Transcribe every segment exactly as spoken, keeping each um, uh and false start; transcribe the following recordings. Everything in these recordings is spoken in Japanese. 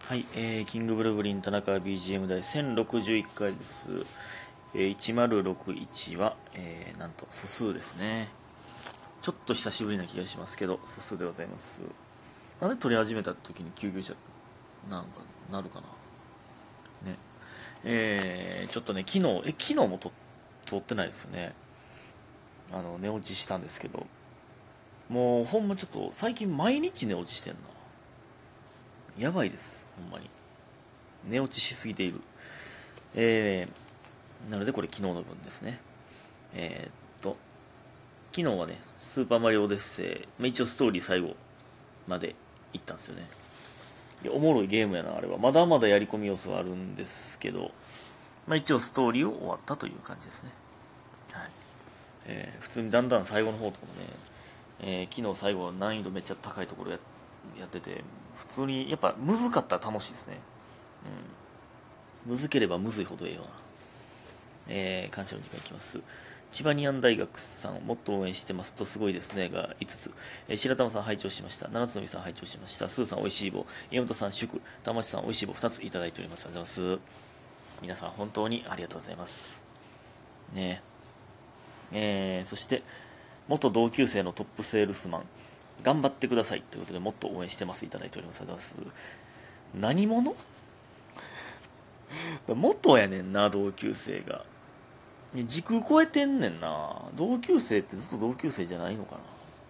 はい、えー、キングブルブリン田中 ビージーエム 第せんろくじゅういっかいです。えー、いちまるろくいちは、えー、なんと素数ですね。ちょっと久しぶりな気がしますけど、素数でございます。なんで撮り始めた時に救急車なんかなるかな。ね。えー、ちょっとね、昨日、え、昨日も撮撮ってないですよね。あの、寝落ちしたんですけど、もうほんまちょっと最近毎日寝落ちしてんな。やばいです、ほんまに。寝落ちしすぎている。えー、なのでこれ昨日の分ですね。えー、っと、昨日はね、スーパーマリオオデッセイ、まあ、一応ストーリー最後まで行ったんですよね。いやおもろいゲームやな、あれは。まだまだやり込み要素はあるんですけど、まあ、一応ストーリーを終わったという感じですね。はい。えー、普通にだんだん最後の方とかもね、えー、昨日最後難易度めっちゃ高いところややってて、普通にやっぱむずかったら楽しいですね。うん。むずければむずいほどええよな。えー、感謝の時間いきます。千葉ニアン大学さん、もっと応援してますとすごいですねがいつつ、えー、白玉さん拝聴しました。七つのみさん拝聴しました。スーさんおいしい棒、岩本さん祝、玉地さんおいしい棒ふたついただいております。ありがとうございます。皆さん本当にありがとうございます。ねえー、そして、元同級生のトップセールスマン、頑張ってくださいということで、もっと応援してますいただいております。ありがとうございます。何者元やねんな、同級生が。時空超えてんねんな。同級生ってずっと同級生じゃないのかな。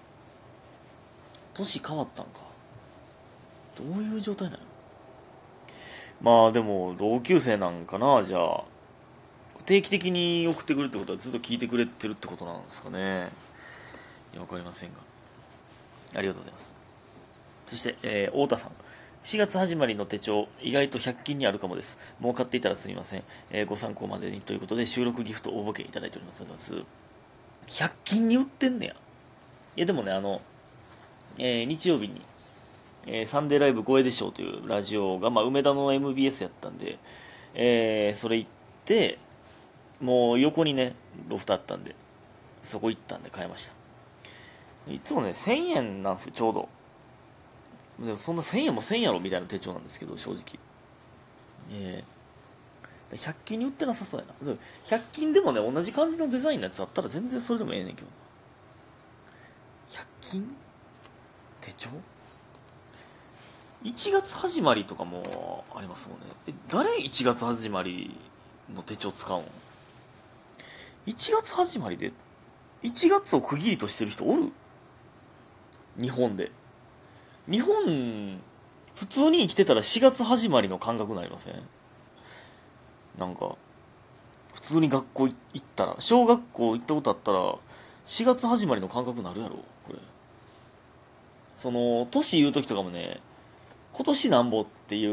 年変わったんか。どういう状態なの。まあでも同級生なんかな。じゃあ定期的に送ってくるってことはずっと聞いてくれてるってことなんですかね。いや、わかりませんが、ありがとうございます。そして、えー、太田さん、しがつ始まりの手帳意外とひゃく均にあるかもです。もう買っていたらすみません、えー、ご参考までにということで収録ギフト応募券いただいております。ありがとうございます。ひゃく均に売ってんねや。いやでもね、あの、えー日曜日に、えーサンデーライブ声でしょうというラジオが、まあ、梅田の エムビーエス やったんで、えーそれ行って、もう横にね、ロフトあったんで、そこ行ったんで買いました。いつもね、せんえんなんですよ、ちょうど。でもそんなせんえんもせんやろみたいな手帳なんですけど、正直。えー、ひゃく均に売ってなさそうやな。でもひゃく均でもね、同じ感じのデザインのやつあったら全然それでもええねんけどな。ひゃく均手帳いちがつ始まりとかもありますもんね。え、誰いちがつ始まりの手帳使うん？ いち 月始まりでいちがつを区切りとしてる人おる？日本で。日本、普通に生きてたらしがつ始まりの感覚になりません？なんか、普通に学校行ったら、小学校行ったことあったら、しがつ始まりの感覚になるやろこれ。その、年言う時とかもね、今年なんぼっていう、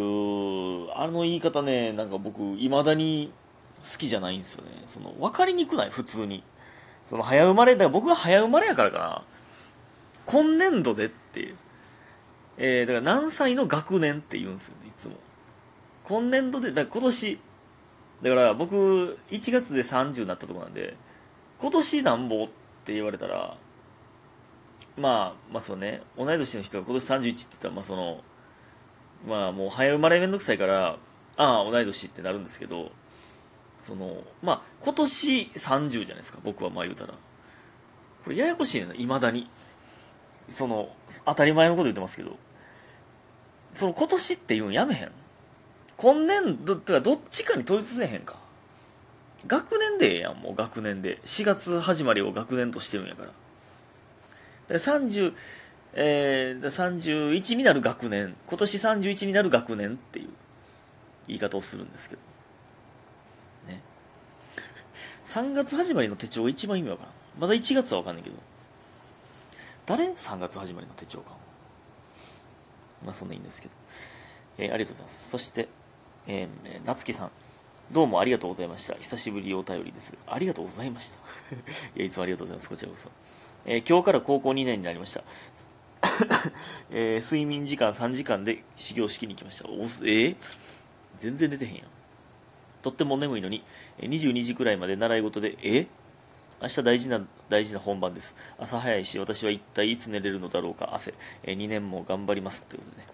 あの言い方ね、なんか僕、未だに好きじゃないんですよね。その、分かりにくない普通に。その、早生まれ、だから僕が早生まれやからかな。今年度でっていう。えー、だから何歳の学年って言うんですよね、いつも。今年度で、だから今年、だから僕、いちがつでさんじゅうになったとこなんで、今年なんぼって言われたら、まあ、まあそうね、同い年の人が今年さんじゅういちって言ったら、まあその、まあもう早生まれめんどくさいから、ああ、同い年ってなるんですけど、その、まあ今年さんじゅうじゃないですか、僕はまあ言うたら。これややこしいねんな、未だに。その、当たり前のこと言ってますけど、その今年って言うんやめへん。今年度ってかどっちかに統一せえへんか。学年でええやん、もう学年で。しがつ始まりを学年としてるんやから。だからさんじゅう、えー、さんじゅういちになる学年、今年さんじゅういちになる学年っていう言い方をするんですけど。ね。さんがつ始まりの手帳が一番意味わからん。まだいちがつはわかんないけど。誰 ?さん 月始まりの手帳か。まあそんないいんですけど。えー、ありがとうございます。そして、えー、なつきさん。どうもありがとうございました。久しぶりお便りです。ありがとうございました。いや、いつもありがとうございます。こちらこそ。えー今日から高校にねんになりました。えー睡眠時間さんじかんで始業式に行きました。おす、えー全然出てへんやん。とっても眠いのに、えーにじゅうにじくらいまで習い事で、え明日大事な大事な本番です。朝早いし、私は一体いつ寝れるのだろうか。汗。えーにねんも頑張ります。ということでね。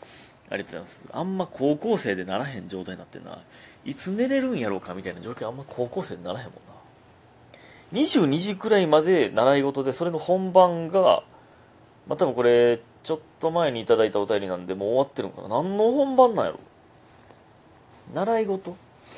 ありがとうございます。あんま高校生でならへん状態になってんな。いつ寝れるんやろうかみたいな状況あんま高校生でならへんもんな。にじゅうにじくらいまで習い事で、それの本番が、まあ、多分これ、ちょっと前にいただいたお便りなんで、もう終わってるのかな。何の本番なんやろ。習い事 ?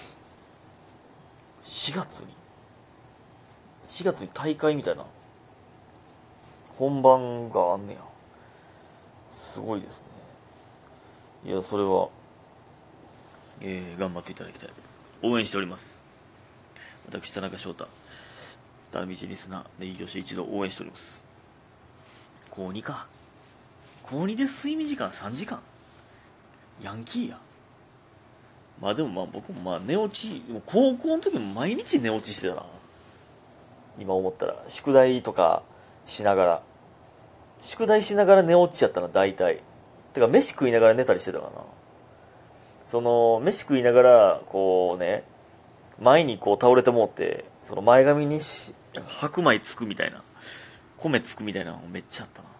し 月に ?し 月に大会みたいな。本番があんねや。すごいですね。いや、それは、えー、頑張っていただきたい。応援しております。私、田中翔太、ダメージリスナー、ネギ業者一度応援しております。高にか。高にで睡眠時間さんじかん。ヤンキーや。まあでもまあ僕もまあ寝落ち、もう高校の時も毎日寝落ちしてたな。今思ったら。宿題とかしながら。宿題しながら寝落ちやったな、大体。てか飯食いながら寝たりしてたからな。その、飯食いながら、こうね、前にこう倒れてもうって、その前髪にし白米つくみたいな。米つくみたいなのめっちゃあったな。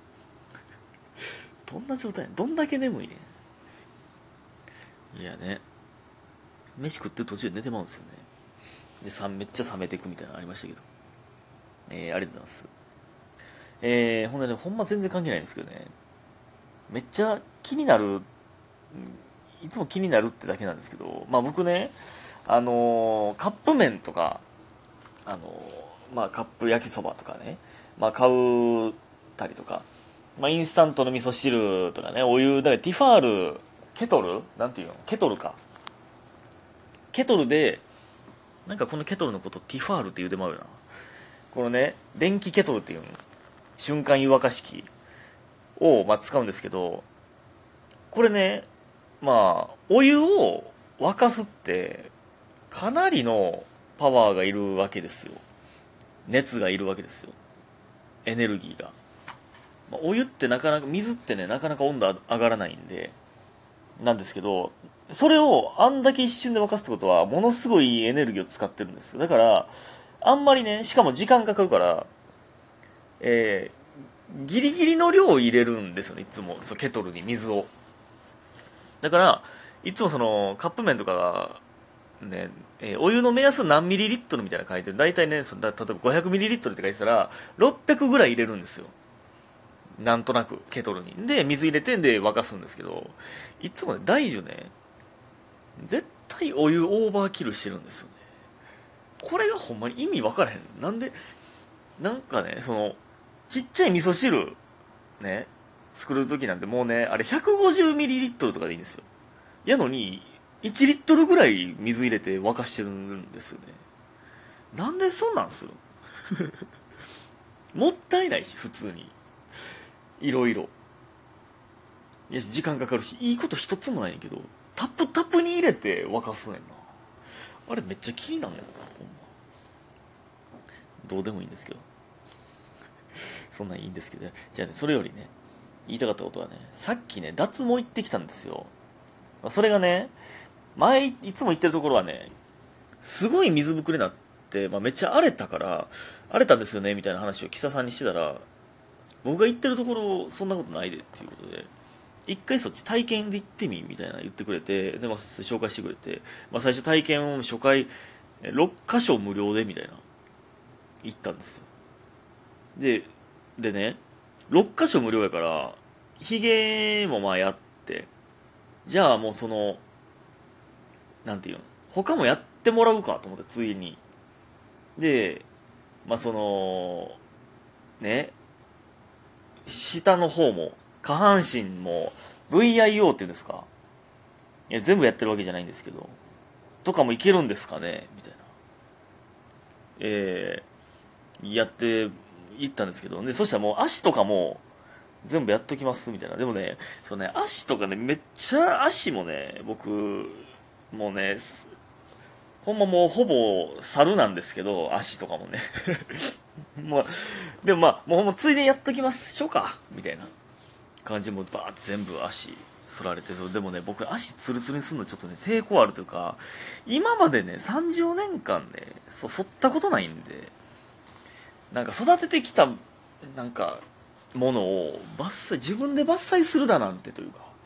どんな状態どんだけ眠いねん。いやね。飯食ってる途中で寝てまうんですよね。で、さめっちゃ冷めていくみたいなのありましたけど。えー、ありがとうございます。えー、ほんでね、ほんま全然関係ないんですけどね。めっちゃ気になる、いつも気になるってだけなんですけど、まあ僕ね、あのー、カップ麺とか、あのー、まあカップ焼きそばとかね、まあ買うたりとか、まあインスタントの味噌汁とかね、お湯、だからティファール、ケトルなんていうのケトルか。ケトルで、なんかこのケトルのことティファールって言うてまうよな。このね、電気ケトルっていうの、瞬間湯沸かし器を、まあ、使うんですけど、これね、まあ、お湯を沸かすって、かなりのパワーがいるわけですよ。熱がいるわけですよ。エネルギーが。まあ、お湯ってなかなか、水ってね、なかなか温度上がらないんで、なんですけど、それをあんだけ一瞬で沸かすってことは、ものすごいエネルギーを使ってるんですよ。だから、あんまりね、しかも時間かかるから、えー、ギリギリの量を入れるんですよね、いつも。そう、ケトルに水を。だから、いつもその、カップ麺とかが、ね、えー、お湯の目安何ミリリットルみたいなの書いてる。だいたいね、そだ例えばごひゃくミリリットルって書いてたら、ろっぴゃくぐらい入れるんですよ。なんとなく、ケトルに。で、水入れて、で、沸かすんですけど、いつもね、大樹ね、絶対お湯オーバーキルしてるんですよね。これがほんまに意味分からへん。なんで、なんかね、その、ちっちゃい味噌汁、ね、作るときなんてもうね、あれ ひゃくごじゅうミリリットル とかでいいんですよ。やのに、いちリットルぐらい水入れて沸かしてるんですよね。なんでそんなんするもったいないし、普通に。いろいろ。いや、時間かかるし、いいこと一つもないんやけど、タプタプに入れて沸かすねんな。あれめっちゃ気になんねんな、ほんま。どうでもいいんですけど。そんなんいいんですけどね。じゃあね、それよりね、言いたかったことはね、さっきね、脱毛行ってきたんですよ。それがね、前、いつも行ってるところはね、すごい水ぶくれになって、まあ、めっちゃ荒れたから、荒れたんですよね、みたいな話をキサさんにしてたら、僕が行ってるところ、そんなことないでっていうことで、一回そっち体験で行ってみみたいな言ってくれて、で、まあ、紹介してくれて、まあ、最初体験を初回、ろっかしょ無料でみたいな、行ったんですよ。で、でね、ろっかしょ無料やから、ヒゲもまあやって、じゃあもうその、なんていうの、他もやってもらうかと思って、ついに。で、まあその、ね、下の方も、下半身も、ブイアイオー っていうんですか、いや、全部やってるわけじゃないんですけど、とかもいけるんですかねみたいな。えー、やっていったんですけど、で、そしたらもう足とかも、全部やっときますみたいな。でもね、そうね、足とかね、めっちゃ足もね、僕、もうね、ほんまもうほぼ猿なんですけど、足とかもね。まあ、でもまあ、もうほんまついでにやっときましょうか、みたいな感じもバーって全部足反られて、でもね、僕足ツルツルにするのちょっとね、抵抗あるというか、今までね、さんじゅうねんかんね、そ、剃ったことないんで、なんか育ててきた、なんか、ものを伐採、自分で伐採するだなんてというか、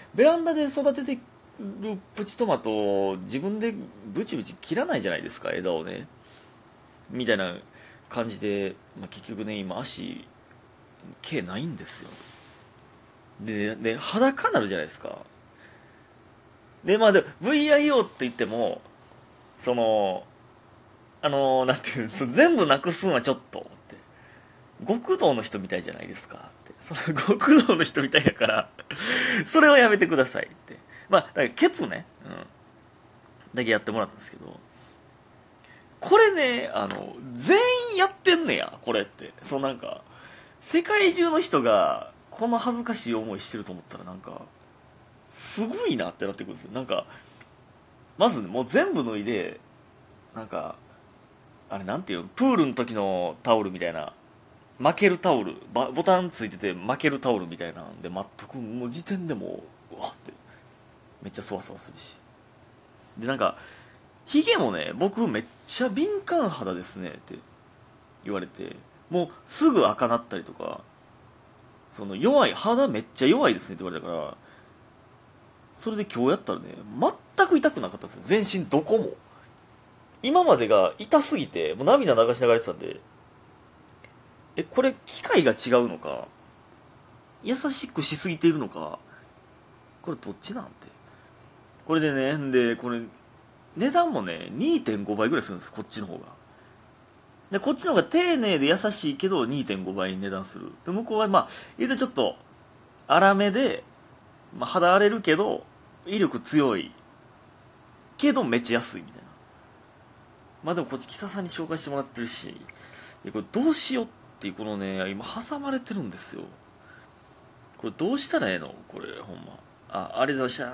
ベランダで育ててるプチトマトを自分でブチブチ切らないじゃないですか、枝をね。みたいな感じで、まあ、結局ね、今足、毛ないんですよ。で、で、裸なるじゃないですか。で、まあで、ブイアイオー って言っても、その、あのー、なんていうの、全部なくすんはちょっと、って。極道の人みたいじゃないですか、って。その極道の人みたいやからそれはやめてください、って。まあ、だからケツね、うん。だけやってもらったんですけど、これね、あの、全員やってんねや、これって。そうなんか、世界中の人が、この恥ずかしい思いしてると思ったらなんか、すごいなってなってくるんですよ。なんか、まずね、もう全部脱いで、なんか、あれなんていうの、プールの時のタオルみたいな、負けるタオル、ボタンついてて負けるタオルみたいなんで、全くもう時点でもう、うわって、めっちゃそわそわするし。で、なんか、ヒゲもね、僕めっちゃ敏感肌ですねって言われて、もうすぐ赤なったりとか、その弱い、肌めっちゃ弱いですねって言われたから、それで今日やったらね、全く痛くなかったんですよ。全身どこも。今までが痛すぎて、もう涙流しながらやってたんで、え、これ機械が違うのか、優しくしすぎているのか、これどっちなんて。これでね、んで、これ、値段もね、にてんごばいぐらいするんですよ、こっちの方が。で、こっちの方が丁寧で優しいけどにてんごばい値段する。で、向こうはまあ、言うとちょっと、粗めで、まあ、肌荒れるけど、威力強い。けどめっちゃ安いみたいな。まあでもこっち、キサさんに紹介してもらってるし、いやこれどうしようっていう、このね、今挟まれてるんですよ。これどうしたらええのこれ、ほんま。あ、ありがとうございました。